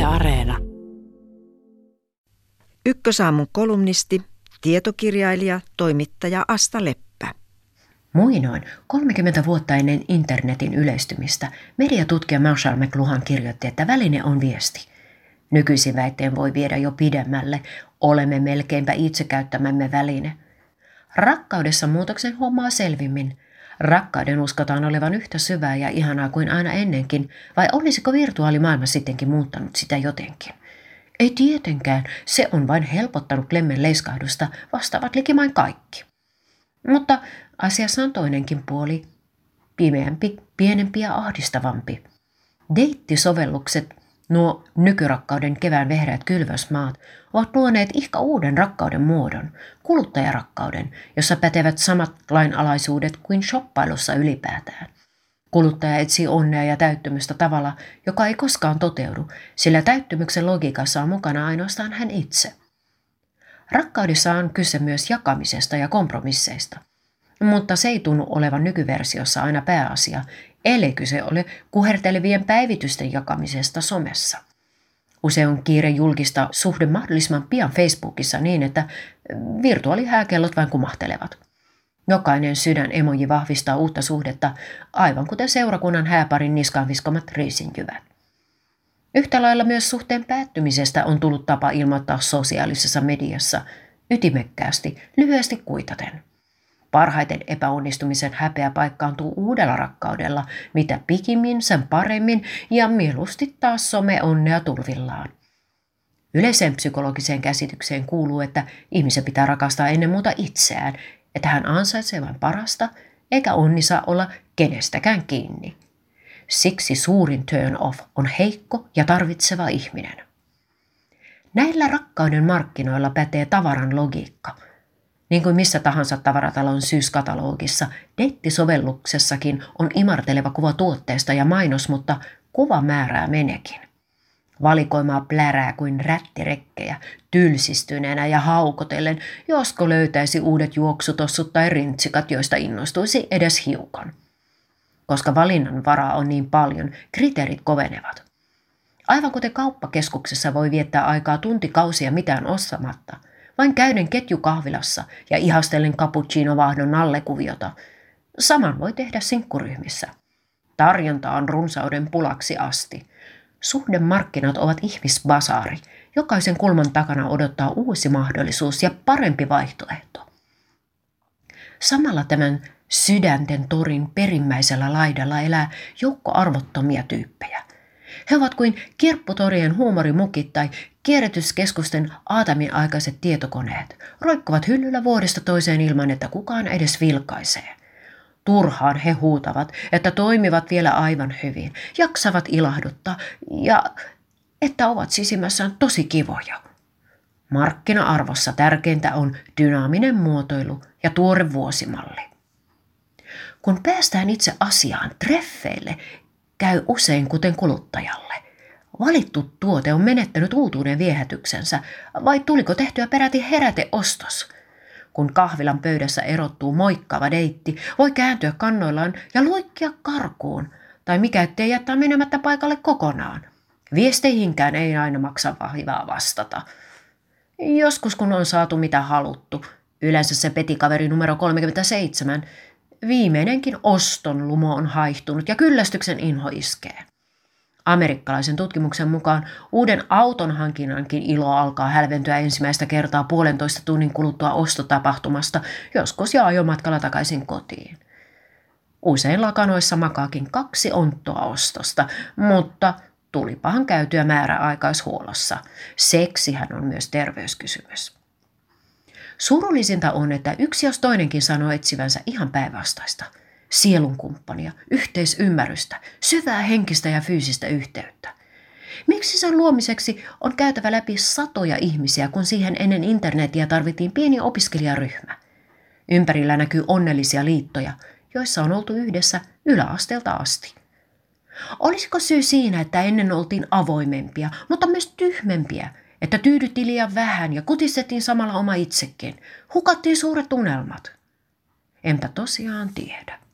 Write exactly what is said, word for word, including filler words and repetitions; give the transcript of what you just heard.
Areena. Ykkösaamun kolumnisti, tietokirjailija, toimittaja Asta Leppä. Muinoin, kolmekymmentä vuotta ennen internetin yleistymistä, mediatutkija Marshall McLuhan kirjoitti, että väline on viesti. Nykyisin väitteen voi viedä jo pidemmälle, olemme melkeinpä itse käyttämämme väline. Rakkaudessa muutoksen hommaa selvimmin. Rakkauden uskotaan olevan yhtä syvää ja ihanaa kuin aina ennenkin, vai olisiko virtuaalimaailma sittenkin muuttanut sitä jotenkin? Ei tietenkään, se on vain helpottanut lemmen leiskahdusta, vastaavat likimain kaikki. Mutta asiassa on toinenkin puoli, pimeämpi, pienempi ja ahdistavampi. Deittisovellukset, nuo nykyrakkauden kevään vehreät kylvösmaat, ovat luoneet ihka uuden rakkauden muodon, kuluttajarakkauden, jossa pätevät samat lainalaisuudet kuin shoppailussa ylipäätään. Kuluttaja etsii onnea ja täyttymystä tavalla, joka ei koskaan toteudu, sillä täyttymyksen logiikassa on mukana ainoastaan hän itse. Rakkaudessa on kyse myös jakamisesta ja kompromisseista, mutta se ei tunnu olevan nykyversiossa aina pääasia, ellei kyse ole kuhertelevien päivitysten jakamisesta somessa. Usein on kiire julkistaa suhde mahdollisimman pian Facebookissa niin, että virtuaalihääkellot vain kumahtelevat. Jokainen sydän emoji vahvistaa uutta suhdetta, aivan kuten seurakunnan hääparin niskaan viskomat riisinjyvät. Yhtä lailla myös suhteen päättymisestä on tullut tapa ilmoittaa sosiaalisessa mediassa, ytimekkäästi, lyhyesti kuitaten. Parhaiten epäonnistumisen häpeä paikkaantuu uudella rakkaudella, mitä pikimmin sen paremmin ja mieluusti taas some onnea tulvillaan. Yleiseen psykologiseen käsitykseen kuuluu, että ihmisen pitää rakastaa ennen muuta itseään, että hän ansaitsee vain parasta, eikä onni saa olla kenestäkään kiinni. Siksi suurin turn off on heikko ja tarvitseva ihminen. Näillä rakkauden markkinoilla pätee tavaran logiikka. Niin kuin missä tahansa tavaratalon syyskatalogissa, deittisovelluksessakin on imarteleva kuva tuotteesta ja mainos, mutta kuva määrää menekin. Valikoimaa plärää kuin rättirekkejä, tylsistyneenä ja haukotellen, josko löytäisi uudet juoksutossut tai rintsikat, joista innostuisi edes hiukan. Koska valinnan varaa on niin paljon, kriteerit kovenevat. Aivan kuten kauppakeskuksessa voi viettää aikaa tuntikausia mitään ostamatta, vain käyden ketjukahvilassa ja ihastellen cappuccino-vahdon allekuviota. Saman voi tehdä sinkkuryhmissä. Tarjonta on runsauden pulaksi asti. Suhdemarkkinat ovat ihmisbasaari. Jokaisen kulman takana odottaa uusi mahdollisuus ja parempi vaihtoehto. Samalla tämän sydänten torin perimmäisellä laidalla elää joukko arvottomia tyyppejä. He ovat kuin kirpputorien huumorimukit tai kierrätyskeskusten aatamin aikaiset tietokoneet, roikkuvat hyllyllä vuodesta toiseen ilman, että kukaan edes vilkaisee. Turhaan he huutavat, että toimivat vielä aivan hyvin, jaksavat ilahduttaa ja että ovat sisimmässään tosi kivoja. Markkina-arvossa tärkeintä on dynaaminen muotoilu ja tuore vuosimalli. Kun päästään itse asiaan, treffeille, käy usein kuten kuluttajalle. Valittu tuote on menettänyt uutuuden viehätyksensä, vai tuliko tehtyä peräti heräteostos? Kun kahvilan pöydässä erottuu moikkaava deitti, voi kääntyä kannoillaan ja luikkia karkuun, tai mikä ettei jättää menemättä paikalle kokonaan. Viesteihinkään ei aina maksa hyvää vastata. Joskus kun on saatu mitä haluttu, yleensä se petikaveri numero kolmekymmentäseitsemän, viimeinenkin oston lumo on haihtunut ja kyllästyksen inho iskee. Amerikkalaisen tutkimuksen mukaan uuden auton hankinnankin ilo alkaa hälventyä ensimmäistä kertaa puolentoista tunnin kuluttua ostotapahtumasta, joskus ja ajomatkalla takaisin kotiin. Usein lakanoissa makaakin kaksi onttoa ostosta, mutta tulipahan käytyä määräaikaishuollossa. Seksihän on myös terveyskysymys. Surullisinta on, että yksi jos toinenkin sanoo etsivänsä ihan päinvastaista. Sielunkumppania, yhteisymmärrystä, syvää henkistä ja fyysistä yhteyttä. Miksi sen luomiseksi on käytävä läpi satoja ihmisiä, kun siihen ennen internetiä tarvittiin pieni opiskelijaryhmä? Ympärillä näkyy onnellisia liittoja, joissa on oltu yhdessä yläasteelta asti. Olisiko syy siinä, että ennen oltiin avoimempia, mutta myös tyhmempiä, että tyydyttiin liian vähän ja kutistettiin samalla oma itsekin, hukattiin suuret unelmat? Enpä tosiaan tiedä.